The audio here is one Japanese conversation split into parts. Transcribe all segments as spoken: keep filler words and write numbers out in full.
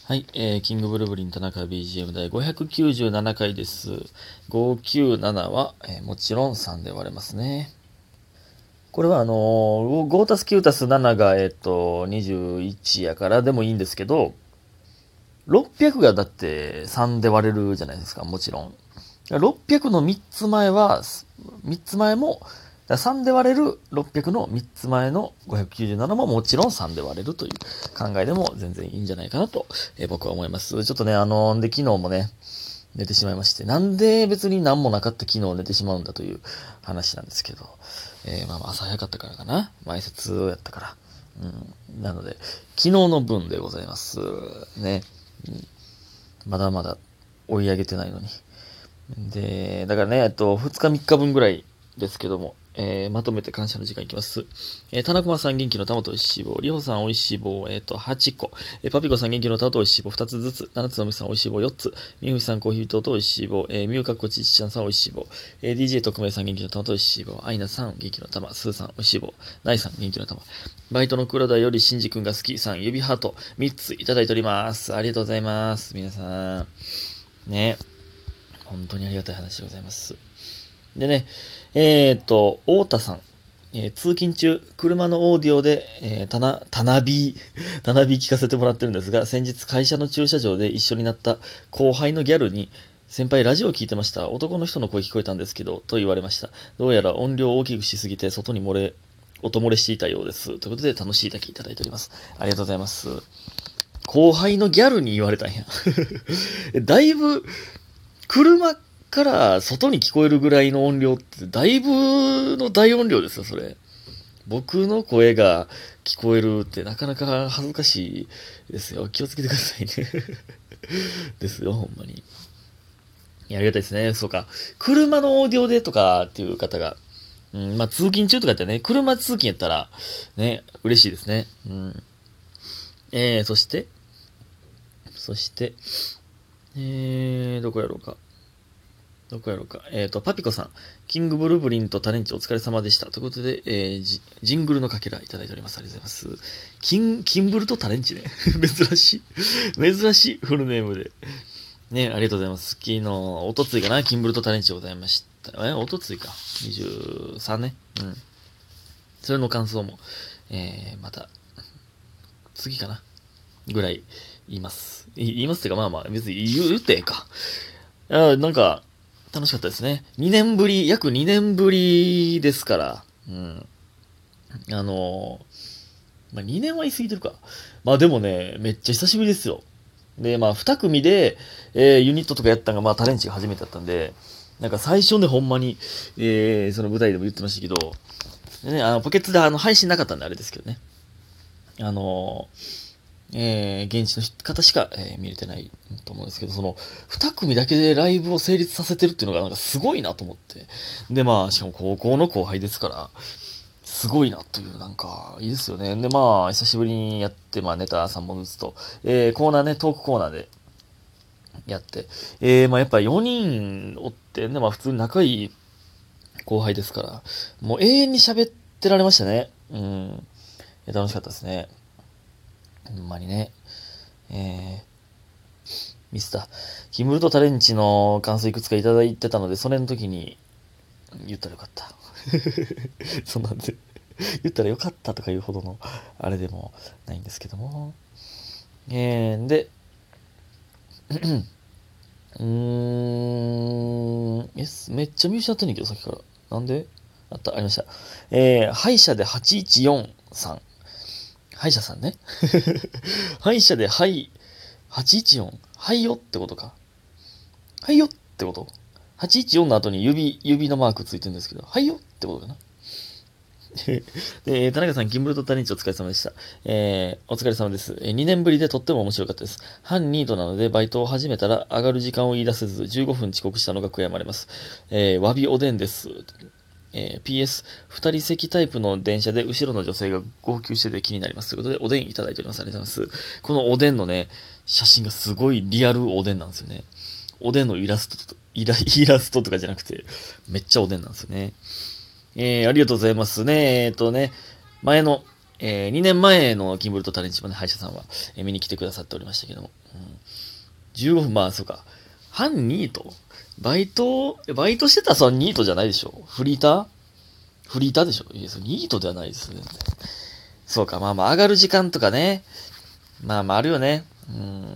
はい、えー、キングブルブリン田中 ビージーエム 第ごひゃくきゅうじゅうななかいです。ごひゃくきゅうじゅうななは、えーもちろんさんで割れますね。これはあのー、ごたすきゅうたすななが、えっと、にじゅういちやからでもいいんですけど、ろっぴゃくがだってさんで割れるじゃないですか、もちろん。ろっぴゃくのみっつまえは、みっつまえも、さんで割れるろっぴゃくのみっつまえのごひゃくきゅうじゅうななももちろんさんで割れるという考えでも全然いいんじゃないかなと、えー僕は思います。ちょっとね、あのーで、昨日もね、寝てしまいまして、なんで別に何もなかった昨日寝てしまうんだという話なんですけど、えー、まあまあ朝早かったからかな。前説やったから。うん。なので、昨日の分でございます。ね。まだまだ追い上げてないのに。で、だからね、えっと、ふつかみっかぶんぐらいですけども、えー、まとめて感謝の時間いきます。えー、田中さん元気の玉とおいしい棒、りほさんおいしい棒、えっ、ー、と、はちこ、えー、パピコさん元気の玉とおいしい棒ふたつずつ、ななつのみさんおいしい棒よっつ、みふみさんコーヒー糖とおいしい棒、えー、みゆかっこちちちゃんさんおいしい棒、えー、ディージェー 特命さん元気の玉とおいしい棒、アイナさん元気の玉、スーさんおいしい棒、ナイさん元気の玉、バイトの黒田よりしんじくんが好きさん指ハートみっついただいております。ありがとうございます。皆さん。ね。本当にありがたい話でございます。でね、えー、っと、太田さん。えー通勤中、車のオーディオで、えー、たな、たなび、たなび聞かせてもらってるんですが、先日会社の駐車場で一緒になった後輩のギャルに、先輩ラジオ聞いてました。男の人の声聞こえたんですけど、と言われました。どうやら音量を大きくしすぎて外に漏れ、音漏れしていたようです。ということで楽しいだけいただいております。ありがとうございます。後輩のギャルに言われたんや。だいぶ、車から外に聞こえるぐらいの音量って、だいぶの大音量ですよ、それ。僕の声が聞こえるってなかなか恥ずかしいですよ。気をつけてくださいね。ですよ、ほんまに。いや、ありがたいですね。そうか。車のオーディオでとかっていう方が、うん、まあ、通勤中とかってね、車通勤やったら、ね、嬉しいですね。うん。えー、そして、そして、えー、どこやろうか。どこやろうか。えっ、と、パピコさん。キングブルブリンとタレンチお疲れ様でした。ということで、えージ、ジングルのかけらいただいております。ありがとうございます。キン、キンブルとタレンチね。珍しい。珍しい。フルネームで。ね、ありがとうございます。昨日、おとついかな。キンブルとタレンチでございました。え、おとついか。にじゅうさんね。うん。それの感想も、えー、また、次かな。ぐらい言います。い言いますっていうか、まあまあ、別に言う、言ってええか。あなんか、楽しかったですね。にねんぶり、約にねんぶりですから。うん。あのー、まあ、にねんは言い過ぎてるか。まあでもね、めっちゃ久しぶりですよ。で、まあに組で、えー、ユニットとかやったのが、まあタレンチが初めてだったんで、なんか最初ね、ほんまに、えー、その舞台でも言ってましたけど、でね、あの、ポケットであの、配信なかったんであれですけどね。あのー、えー、現地の方しか、えー見れてないと思うんですけど、その、二組だけでライブを成立させてるっていうのがなんかすごいなと思って。で、まあ、しかも高校の後輩ですから、すごいなという、なんか、いいですよね。で、まあ、久しぶりにやって、まあ、ネタさんぼんずつと、えー、コーナーね、トークコーナーでやって、えー、まあ、やっぱよにんおってね、まあ、普通に仲いい後輩ですから、もう永遠に喋ってられましたね。うん。楽しかったですね。ほんまにね。えー、ミスター。キムルとタレンチの感想いくつかいただいてたので、それの時に言ったらよかった。そんなんで、言ったらよかったとかいうほどの、あれでもないんですけども。えー、で、うーん、え、めっちゃ見失ってんねんけど、さっきから。なんであった、ありました。えー、歯医者ではちいちよんさん。歯医者さんね。歯医者で、はい、はちいちよん。はいよってことか。はいよってこと ?はちいちよん の後に指、指のマークついてるんですけど、はいよってことかな。で、田中さん、キンブルとタニッチお疲れ様でした。えー、お疲れ様です。えー、にねんぶりでとっても面白かったです。半ニートなので、バイトを始めたら上がる時間を言い出せず、じゅうごふん遅刻したのが悔やまれます。えー、わびおでんです。えー、ピーエス、二人席タイプの電車で後ろの女性が号泣してて気になります。ということで、おでんいただいております。ありがとうございます。このおでんのね、写真がすごいリアルおでんなんですよね。おでんのイラストと、イラ、イラストとかじゃなくて、めっちゃおでんなんですよね。えー、ありがとうございますね。えっとね、前の、 えー、にねんまえのキンブルとタレンチもね、歯医者さんは、えー、見に来てくださっておりましたけども。うん、じゅうごふん、まあ、そうか。半ニートバイト、バイトしてたらそのニートじゃないでしょ。フリーターフリーターでしょ。いや、それニートではないですね。そうか、まあまあ、上がる時間とかね。まあまあ、あるよね。うん。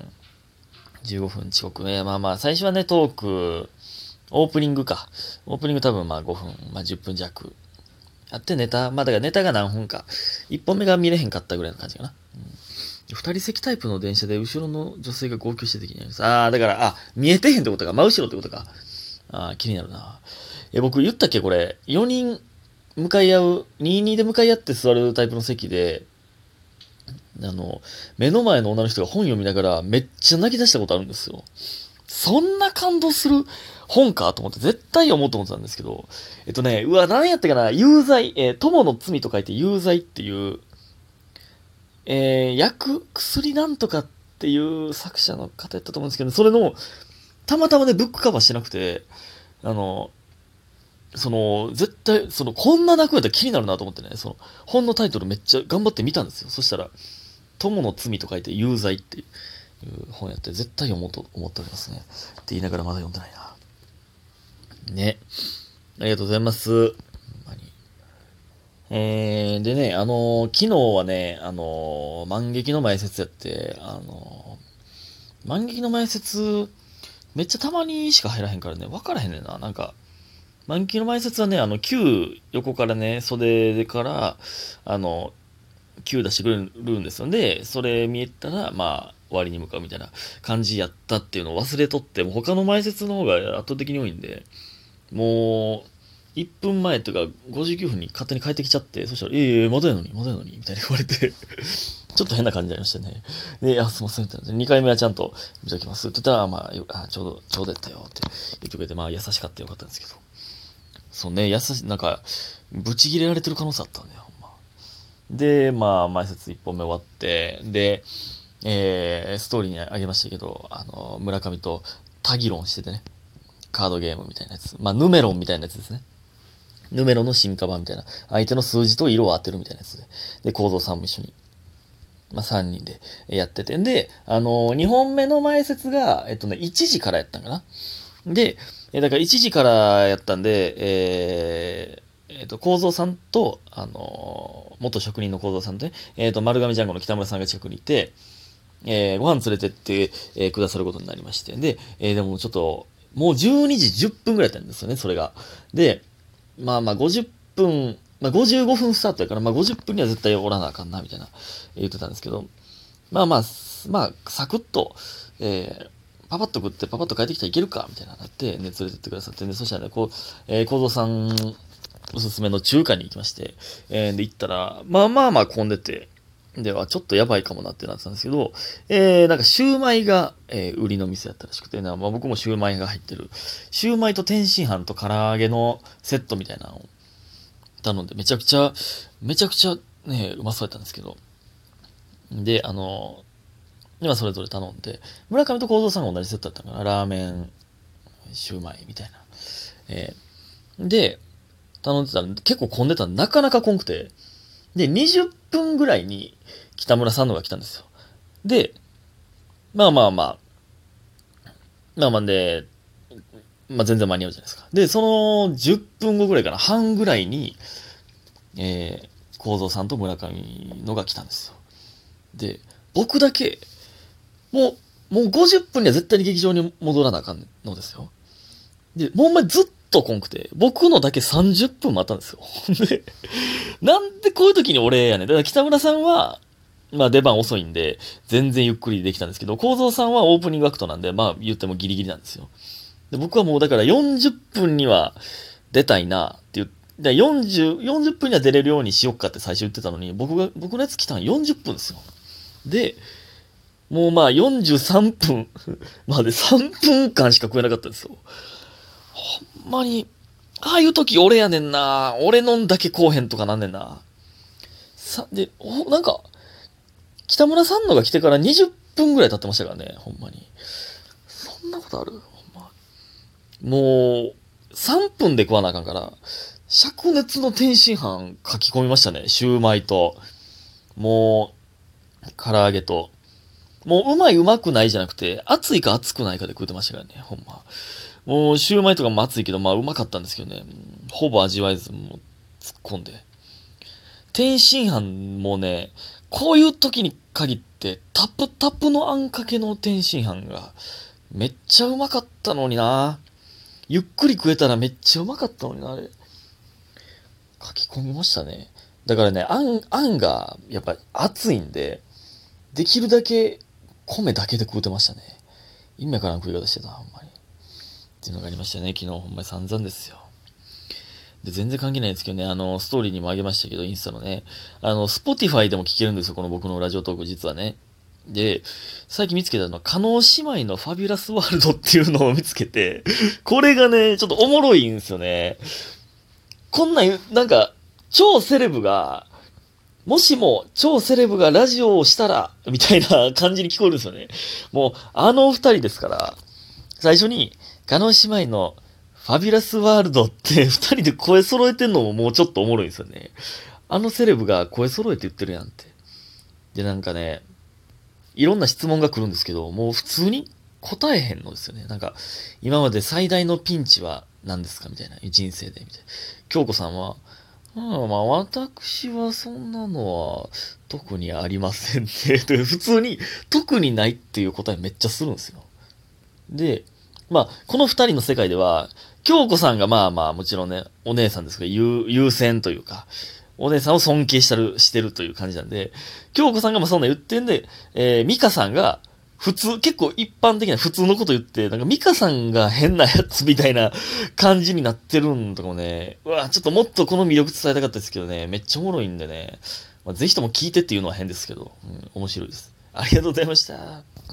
じゅうごふん遅刻ね。まあまあ、最初はね、トーク、オープニングか。オープニング多分まあごふん、まあじゅっぷん弱。あってネタ、まあだからネタが何本か。いっぽんめが見れへんかったぐらいの感じかな。うん、二人席タイプの電車で後ろの女性が号泣して的にあります。ああ、だから、あ、見えてへんってことか。真後ろってことか。ああ、気になるな。え、僕言ったっけこれ。よにん向かい合う、にたいにで向かい合って座るタイプの席で、あの、目の前の女の人が本読みながらめっちゃ泣き出したことあるんですよ。そんな感動する本かと思って絶対読もうと思ってたんですけど、えっとね、うわ、何やったかな、有罪、えー、友の罪と書いて有罪っていう、えー、薬、薬なんとかっていう作者の方やったと思うんですけど、それの、たまたまね、ブックカバーしてなくて、あの、その、絶対、その、こんな泣くやったら気になるなと思ってね、その、本のタイトルめっちゃ頑張って見たんですよ。そしたら、友の罪と書いて有罪っていう本やって絶対読もうと思っておりますね。って言いながらまだ読んでないな。ね。ありがとうございます。えー、でね、あのー、昨日はね、あのー、万劇の前説やって、あのー、万劇の前説、めっちゃたまにしか入らへんからね、わからへんねんな。なんか、万劇の前説はね、あの、Q 横からね、袖から、あの、Q 出してくれるんですよ。で、それ見えたら、まあ、終わりに向かうみたいな感じやったっていうのを忘れとって、もう他の前説の方が圧倒的に多いんで、もう、いっぷんまえとかごじゅうきゅうふんに勝手に帰ってきちゃって、そしたら、ええー、まだやのに、まだやのに、みたいな言われてちょっと変な感じになりましたね。で、あ、すいませんってなって、にかいめはちゃんと見ときますって言ったら、まあ、あちょうど、ちょうどやったよって言ってくれて、まあ、優しかったよかったんですけど。そうね、優しい、なんか、ブチ切れられてる可能性あったんだよ、ほんま。で、まあ、前説いっぽんめ終わって、で、えー、ストーリーにあげましたけど、あの、村上とタギロンしててね、カードゲームみたいなやつ。まあ、ヌメロンみたいなやつですね。ヌメロの進化版みたいな。相手の数字と色を当てるみたいなやつで。で、構造さんも一緒に。まあ、さんにんでやってて。で、あのー、にほんめの前説が、えっとね、いちじからやったんかな。で、えだからいちじからやったんで、えー、えっと、構造さんと、あのー、元職人の構造さんとね、えっと、丸亀ジャンゴの北村さんが近くにいて、えー、ご飯連れてって、えー、くださることになりまして。で、えー、でもちょっと、もうじゅうにじじゅっぷんぐらいだったんですよね、それが。で、まあまあごじゅっぷん、まあごじゅうごふんスタートやから、まあごじゅっぷんには絶対おらなあかんな、みたいな言ってたんですけど、まあまあ、まあ、サクッと、えー、パパッと食ってパパッと帰ってきたらいけるか、みたいななって、ね、連れてってくださってね、そしたらね、こう、えー、小僧さんおすすめの中華に行きまして、えー、で行ったら、まあまあまあ混んでて、では、ちょっとやばいかもなってなってたんですけど、えー、なんかシューマイが、えー、売りの店やったらしくて、まあ、僕もシューマイが入ってる、シューマイと天津飯と唐揚げのセットみたいなのを頼んで、めちゃくちゃ、めちゃくちゃね、うまそうやったんですけど、で、あの、今それぞれ頼んで、村上と幸三さんが同じセットだったかな、ラーメン、シューマイみたいな。えー、で、頼んでたら結構混んでたらなかなか混んくて、で、にじゅっぷんぐらいに北村さんのが来たんですよ。で、まあまあまあ、まあまあで、まあ全然間に合うじゃないですか。で、そのじゅっぷんごぐらいかな、半ぐらいに、えー、幸三さんと村上のが来たんですよ。で、僕だけ、もう、もうごじゅっぷんには絶対に劇場に戻らなあかんのですよ。で、もうお前ずっと来んくて、僕のだけさんじゅっぷん待ったんですよ。で、なんでこういう時に俺やねん。だから北村さんは、まあ出番遅いんで、全然ゆっくりできたんですけど、幸三さんはオープニングアクトなんで、まあ言ってもギリギリなんですよ。で、僕はもうだからよんじゅっぷんには出たいなって言って、よんじゅう、よんじゅっぷんには出れるようにしよっかって最初言ってたのに、僕が、僕のやつ来たのよんじゅっぷんですよ。で、もうまあよんじゅうさんぷんまでさんぷんかんしか食えなかったんですよ。ほんまに、ああいう時俺やねんな。俺のんだけこうへんとかなんねんな。さ、で、お、なんか、北村さんのが来てからにじゅっぷんぐらい経ってましたからね、ほんまに。そんなことあるほんま。もう、さんぷんで食わなあかんから、灼熱の天津飯書き込みましたね、シューマイと。 もう、唐揚げと、もううまいうまくないじゃなくて、熱いか熱くないかで食うてましたからね、ほんま。もう、シューマイとかも熱いけど、まあうまかったんですけどね、ほぼ味わえず、もう、突っ込んで。天津飯もね、こういう時に限って、タプタプのあんかけの天津飯が、めっちゃうまかったのにな。ゆっくり食えたらめっちゃうまかったのにな、あれ。書き込みましたね。だからね、あん、あんが、やっぱり熱いんで、できるだけ米だけで食うてましたね。意味わからん食い方してた、ほんまに。っていうのがありましたね。昨日ほんまに散々ですよ。で、全然関係ないんですけどね、あの、ストーリーにもあげましたけど、インスタのね、あの、スポティファイでも聞けるんですよ、この僕のラジオトーク、実はね。で、最近見つけたのは、加納姉妹のファビュラスワールドっていうのを見つけて、これがね、ちょっとおもろいんですよね。こんなん、なんか、超セレブが、もしも超セレブがラジオをしたら、みたいな感じに聞こえるんですよね。もう、あの二人ですから、最初に、加納姉妹のファビュラスワールドって二人で声揃えてんのももうちょっとおもろいんですよね。あのセレブが声揃えて言ってるやんって。で、なんかね、いろんな質問が来るんですけど、もう普通に答えへんのですよね。なんか、今まで最大のピンチは何ですかみたいな。人生で。みたいな。京子さんは、ああまあ、私はそんなのは特にありませんね。普通に特にないっていう答えめっちゃするんですよ。で、まあ、この二人の世界では、京子さんがまあまあもちろんね、お姉さんですけど、優、優先というか、お姉さんを尊敬してる、してるという感じなんで、京子さんがまあそんな言ってんで、えー、ミカさんが、普通、結構一般的な普通のこと言って、なんかミカさんが変なやつみたいな感じになってるんとかもね、うわ、ちょっともっとこの魅力伝えたかったですけどね、めっちゃおもろいんでね、まあ、ぜひとも聞いてっていうのは変ですけど、うん、面白いです。ありがとうございました。